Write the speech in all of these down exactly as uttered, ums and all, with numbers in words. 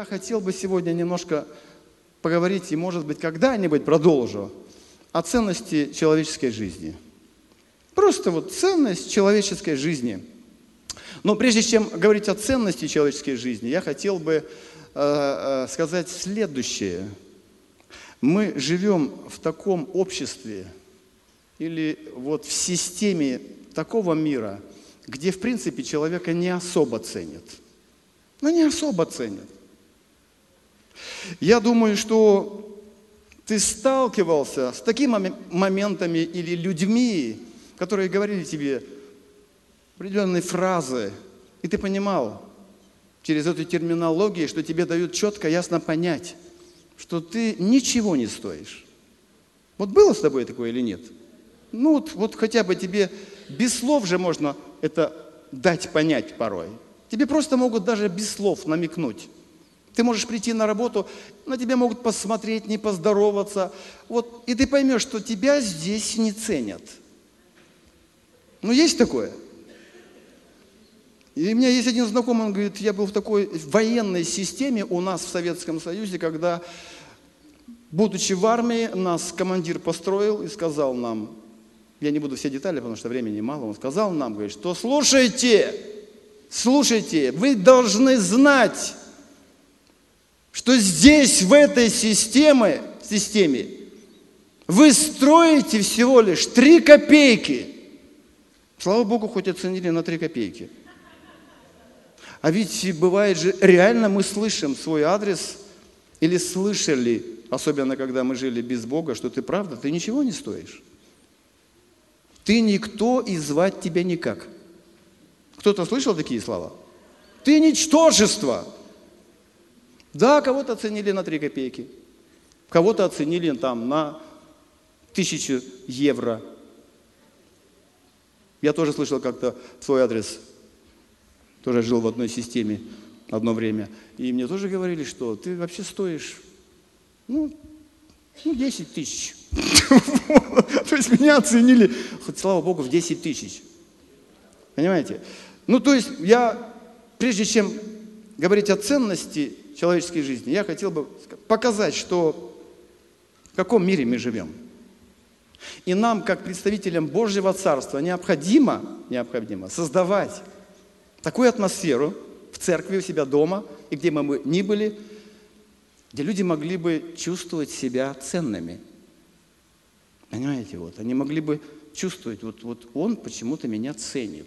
я хотел бы сегодня немножко поговорить, и, может быть, когда-нибудь продолжу, о ценности человеческой жизни. Просто вот ценность человеческой жизни. Но прежде чем говорить о ценности человеческой жизни, я хотел бы э, э, сказать следующее. Мы живем в таком обществе или вот в системе такого мира, где, в принципе, человека не особо ценят. Ну, не особо ценят. Я думаю, что ты сталкивался с такими моментами или людьми, которые говорили тебе определенные фразы, и ты понимал через эту терминологию, что тебе дают четко, ясно понять, что ты ничего не стоишь. Вот было с тобой такое или нет? Ну вот, вот хотя бы тебе без слов же можно это дать понять порой. Тебе просто могут даже без слов намекнуть. Ты можешь прийти на работу, на тебя могут посмотреть, не поздороваться. Вот, и ты поймешь, что тебя здесь не ценят. Ну, есть такое? И у меня есть один знакомый, он говорит, я был в такой военной системе у нас в Советском Союзе, когда, будучи в армии, нас командир построил и сказал нам, я не буду все детали, потому что времени мало, он сказал нам, говорит, что слушайте, слушайте, вы должны знать, что здесь, в этой системе, системе, вы строите всего лишь три копейки. Слава Богу, хоть оценили на три копейки. А ведь бывает же, реально мы слышим свой адрес или слышали, особенно когда мы жили без Бога, что ты правда, ты ничего не стоишь. Ты никто и звать тебя никак. Кто-то слышал такие слова? Ты ничтожество. Да, кого-то оценили на три копейки, кого-то оценили там на тысячу евро. Я тоже слышал как-то свой адрес, тоже жил в одной системе одно время. И мне тоже говорили, что ты вообще стоишь, ну, ну десять тысяч. То есть меня оценили, хоть слава Богу, в десять тысяч. Понимаете? Ну, то есть я, прежде чем говорить о ценности человеческой жизни, я хотел бы показать, что в каком мире мы живем. И нам, как представителям Божьего Царства, необходимо, необходимо создавать такую атмосферу в церкви, у себя дома, и где мы бы ни были, где люди могли бы чувствовать себя ценными. Понимаете, вот, они могли бы чувствовать, вот, вот он почему-то меня ценит.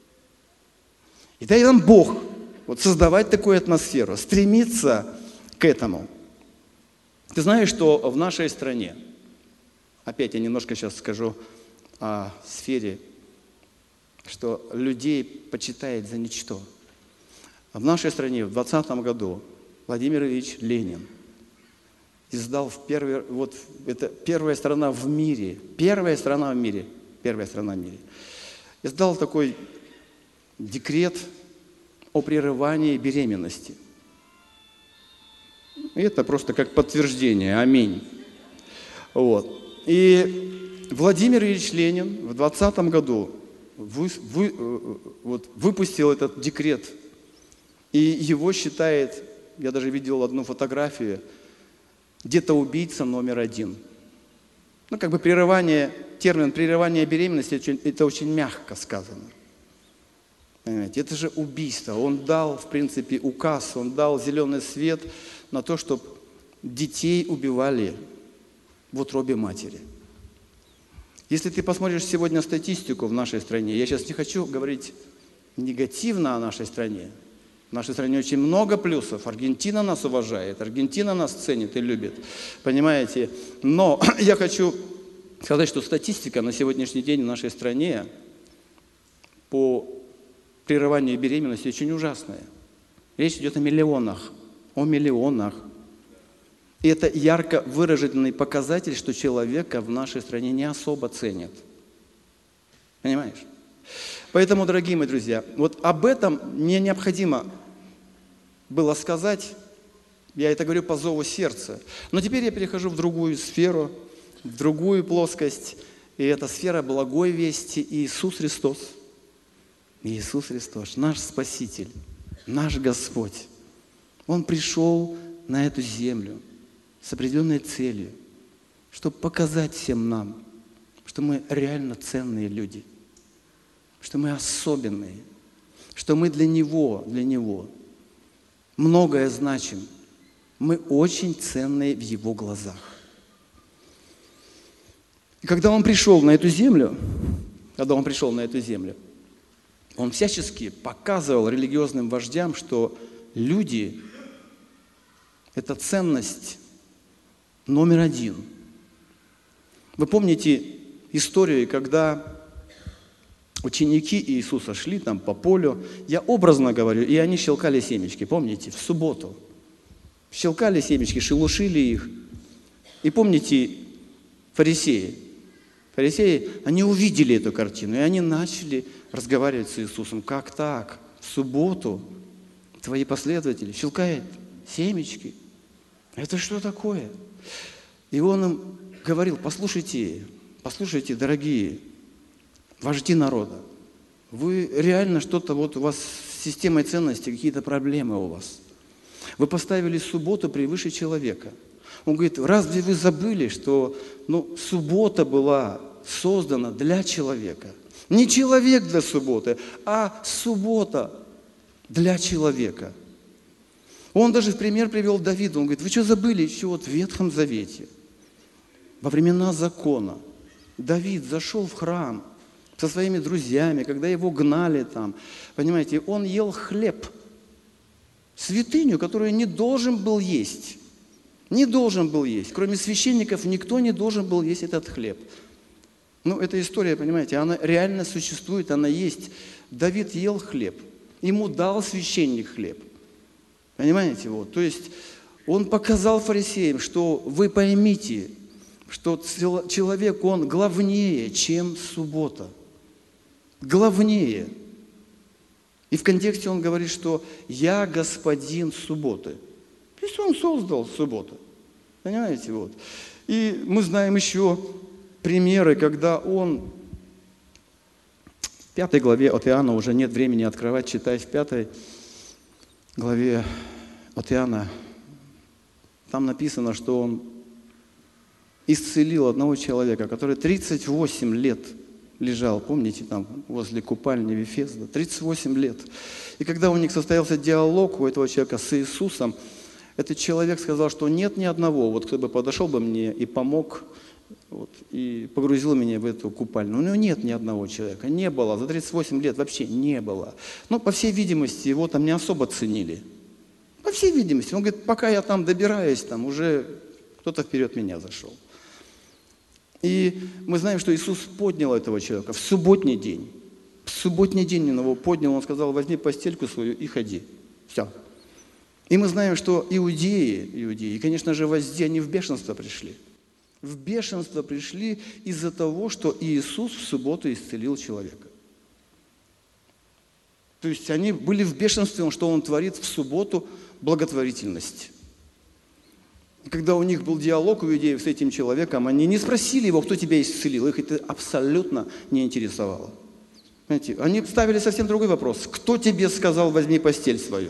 И дай нам Бог вот создавать такую атмосферу, стремиться к этому. Ты знаешь, что в нашей стране, опять я немножко сейчас скажу о сфере, что людей почитает за ничто. В нашей стране в двадцатом году Владимир Ильич Ленин издал в первый, вот это первая страна в мире, первая страна в мире, первая страна в мире, издал такой декрет о прерывании беременности. И это просто как подтверждение. Аминь. Вот. И Владимир Ильич Ленин в двадцатом году вы, вы, вот, выпустил этот декрет. И его считает, я даже видел одну фотографию, где-то убийца номер один. Ну, как бы прерывание, термин прерывание беременности, это очень мягко сказано. Понимаете, это же убийство. Он дал, в принципе, указ, он дал зеленый свет на то, чтобы детей убивали в утробе матери. Если ты посмотришь сегодня статистику в нашей стране, я сейчас не хочу говорить негативно о нашей стране. В нашей стране очень много плюсов. Аргентина нас уважает, Аргентина нас ценит и любит. Понимаете? Но я хочу сказать, что статистика на сегодняшний день в нашей стране по прерыванию беременности очень ужасная. Речь идет о миллионах. О миллионах. И это ярко выраженный показатель, что человека в нашей стране не особо ценят. Понимаешь? Поэтому, дорогие мои друзья, вот об этом мне необходимо было сказать. Я это говорю по зову сердца. Но теперь я перехожу в другую сферу, в другую плоскость. И это сфера благой вести Иисус Христос. Иисус Христос, наш Спаситель, наш Господь. Он пришел на эту землю с определенной целью, чтобы показать всем нам, что мы реально ценные люди, что мы особенные, что мы для Него, для Него многое значим. Мы очень ценные в Его глазах. И когда Он пришел на эту землю, когда Он пришел на эту землю, Он всячески показывал религиозным вождям, что люди – это ценность номер один. Вы помните историю, когда ученики Иисуса шли там по полю, я образно говорю, и они щелкали семечки, помните, в субботу. Щелкали семечки, шелушили их. И помните, фарисеи, фарисеи, они увидели эту картину, и они начали разговаривать с Иисусом. Как так? В субботу твои последователи щелкают семечки. Это что такое? И Он им говорил: послушайте, послушайте, дорогие вожди народа, вы реально что-то, вот у вас с системой ценностей какие-то проблемы у вас. Вы поставили субботу превыше человека. Он говорит: разве вы забыли, что ну, суббота была создана для человека? Не человек для субботы, а суббота для человека. Он даже в пример привел Давида. Он говорит: вы что забыли еще вот в Ветхом Завете? Во времена закона Давид зашел в храм со своими друзьями, когда его гнали там. Понимаете, он ел хлеб, святыню, которую не должен был есть. Не должен был есть. Кроме священников никто не должен был есть этот хлеб. Ну, эта история, понимаете, она реально существует, она есть. Давид ел хлеб. Ему дал священник хлеб. Понимаете, вот. То есть он показал фарисеям, что вы поймите, что человек, он главнее, чем суббота. Главнее. И в контексте он говорит, что я господин субботы. То есть он создал субботу. Понимаете, вот. И мы знаем еще примеры, когда он в пятой главе от Иоанна, уже нет времени открывать, читать в пятой главе от Иоанна, там написано, что он исцелил одного человека, который тридцать восемь лет лежал, помните, там возле купальни Вифезда, тридцать восемь лет. И когда у них состоялся диалог у этого человека с Иисусом, этот человек сказал, что нет ни одного, вот кто бы подошел бы мне и помог, вот, и погрузил меня в эту купальню. У него нет ни одного человека, не было, за тридцать восемь лет вообще не было. Ну, по всей видимости, его там не особо ценили. По всей видимости. Он говорит: пока я там добираюсь, там уже кто-то вперед меня зашел. И мы знаем, что Иисус поднял этого человека в субботний день. В субботний день он его поднял, он сказал: возьми постельку свою и ходи. Все. И мы знаем, что иудеи, иудеи, и, конечно же, вожди, они в бешенство пришли. В бешенство пришли из-за того, что Иисус в субботу исцелил человека. То есть они были в бешенстве, что Он творит в субботу благотворительность. И когда у них был диалог у иудеев с этим человеком, они не спросили его, кто тебя исцелил. Их это абсолютно не интересовало. Знаете, они ставили совсем другой вопрос. Кто тебе сказал: возьми постель свою?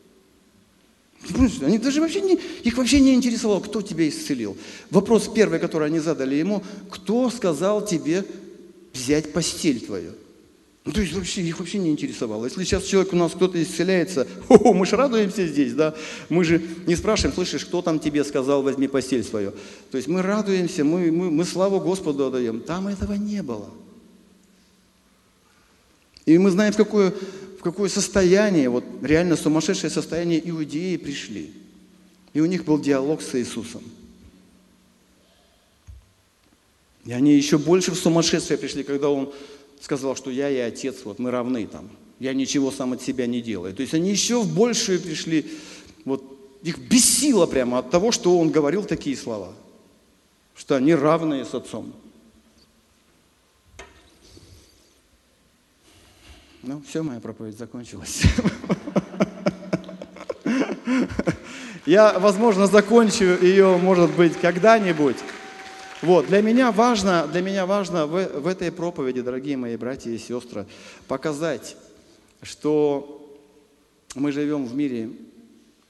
Они даже вообще не, их вообще не интересовало, кто тебя исцелил. Вопрос первый, который они задали ему: кто сказал тебе взять постель твою? Ну, то есть вообще, их вообще не интересовало. Если сейчас человек у нас кто-то исцеляется, о, мы же радуемся здесь, да? Мы же не спрашиваем: слышишь, кто там тебе сказал, возьми постель свою? То есть мы радуемся, мы, мы, мы славу Господу отдаем. Там этого не было. И мы знаем, в какое, в какое состояние, вот реально сумасшедшее состояние иудеи пришли. И у них был диалог с Иисусом. И они еще больше в сумасшествие пришли, когда Он сказал, что я и Отец, вот мы равны там. Я ничего сам от себя не делаю. То есть они еще в большую пришли, вот их бесило прямо от того, что Он говорил такие слова, что они равные с Отцом. Ну, все, моя проповедь закончилась. Я, возможно, закончу ее, может быть, когда-нибудь. Вот, для меня важно, для меня важно в, в этой проповеди, дорогие мои братья и сестры, показать, что мы живем в мире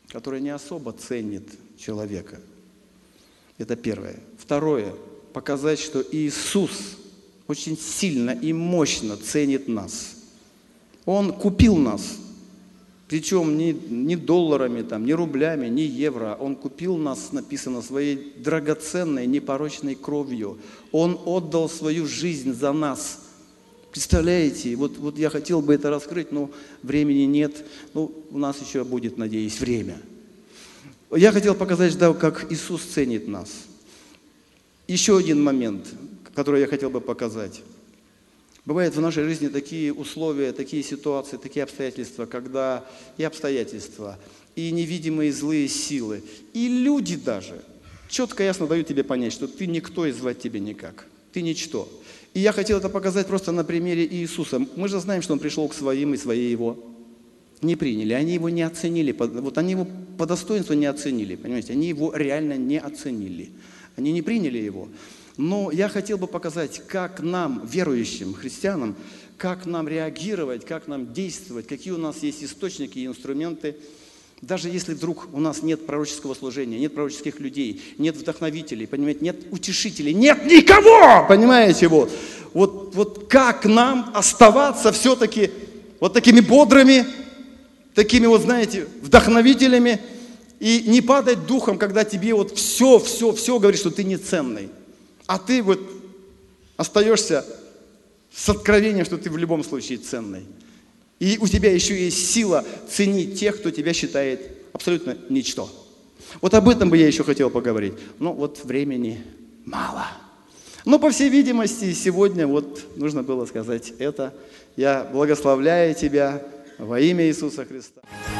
которое не особо ценит человека. Это первое. Второе. Показать, что Иисус очень сильно и мощно ценит нас. Он купил нас. Причем не, не долларами, там, не рублями, не евро. Он купил нас, написано, своей драгоценной, непорочной кровью. Он отдал свою жизнь за нас. Представляете, вот, вот я хотел бы это раскрыть, но времени нет. Ну, у нас еще будет, надеюсь, время. Я хотел показать, да, как Иисус ценит нас. Еще один момент, который я хотел бы показать. Бывают в нашей жизни такие условия, такие ситуации, такие обстоятельства, когда и обстоятельства, и невидимые злые силы, и люди даже четко, ясно дают тебе понять, что ты никто и звать тебя никак. Ты ничто. И я хотел это показать просто на примере Иисуса. Мы же знаем, что Он пришел к своим, и свои Его не приняли. Они Его не оценили. Вот они Его по достоинству не оценили. Понимаете? Они Его реально не оценили. Они не приняли Его. Но я хотел бы показать, как нам, верующим христианам, как нам реагировать, как нам действовать, какие у нас есть источники и инструменты. Даже если вдруг у нас нет пророческого служения, нет пророческих людей, нет вдохновителей, понимаете, нет утешителей, нет никого, понимаете, вот. Вот, вот как нам оставаться все-таки вот такими бодрыми, такими вот, знаете, вдохновителями и не падать духом, когда тебе вот все, все, все говорит, что ты не ценный. А ты вот остаешься с откровением, что ты в любом случае ценный. И у тебя еще есть сила ценить тех, кто тебя считает абсолютно ничто. Вот об этом бы я еще хотел поговорить. Но вот времени мало. Но, по всей видимости, сегодня вот нужно было сказать это. Я благословляю тебя во имя Иисуса Христа.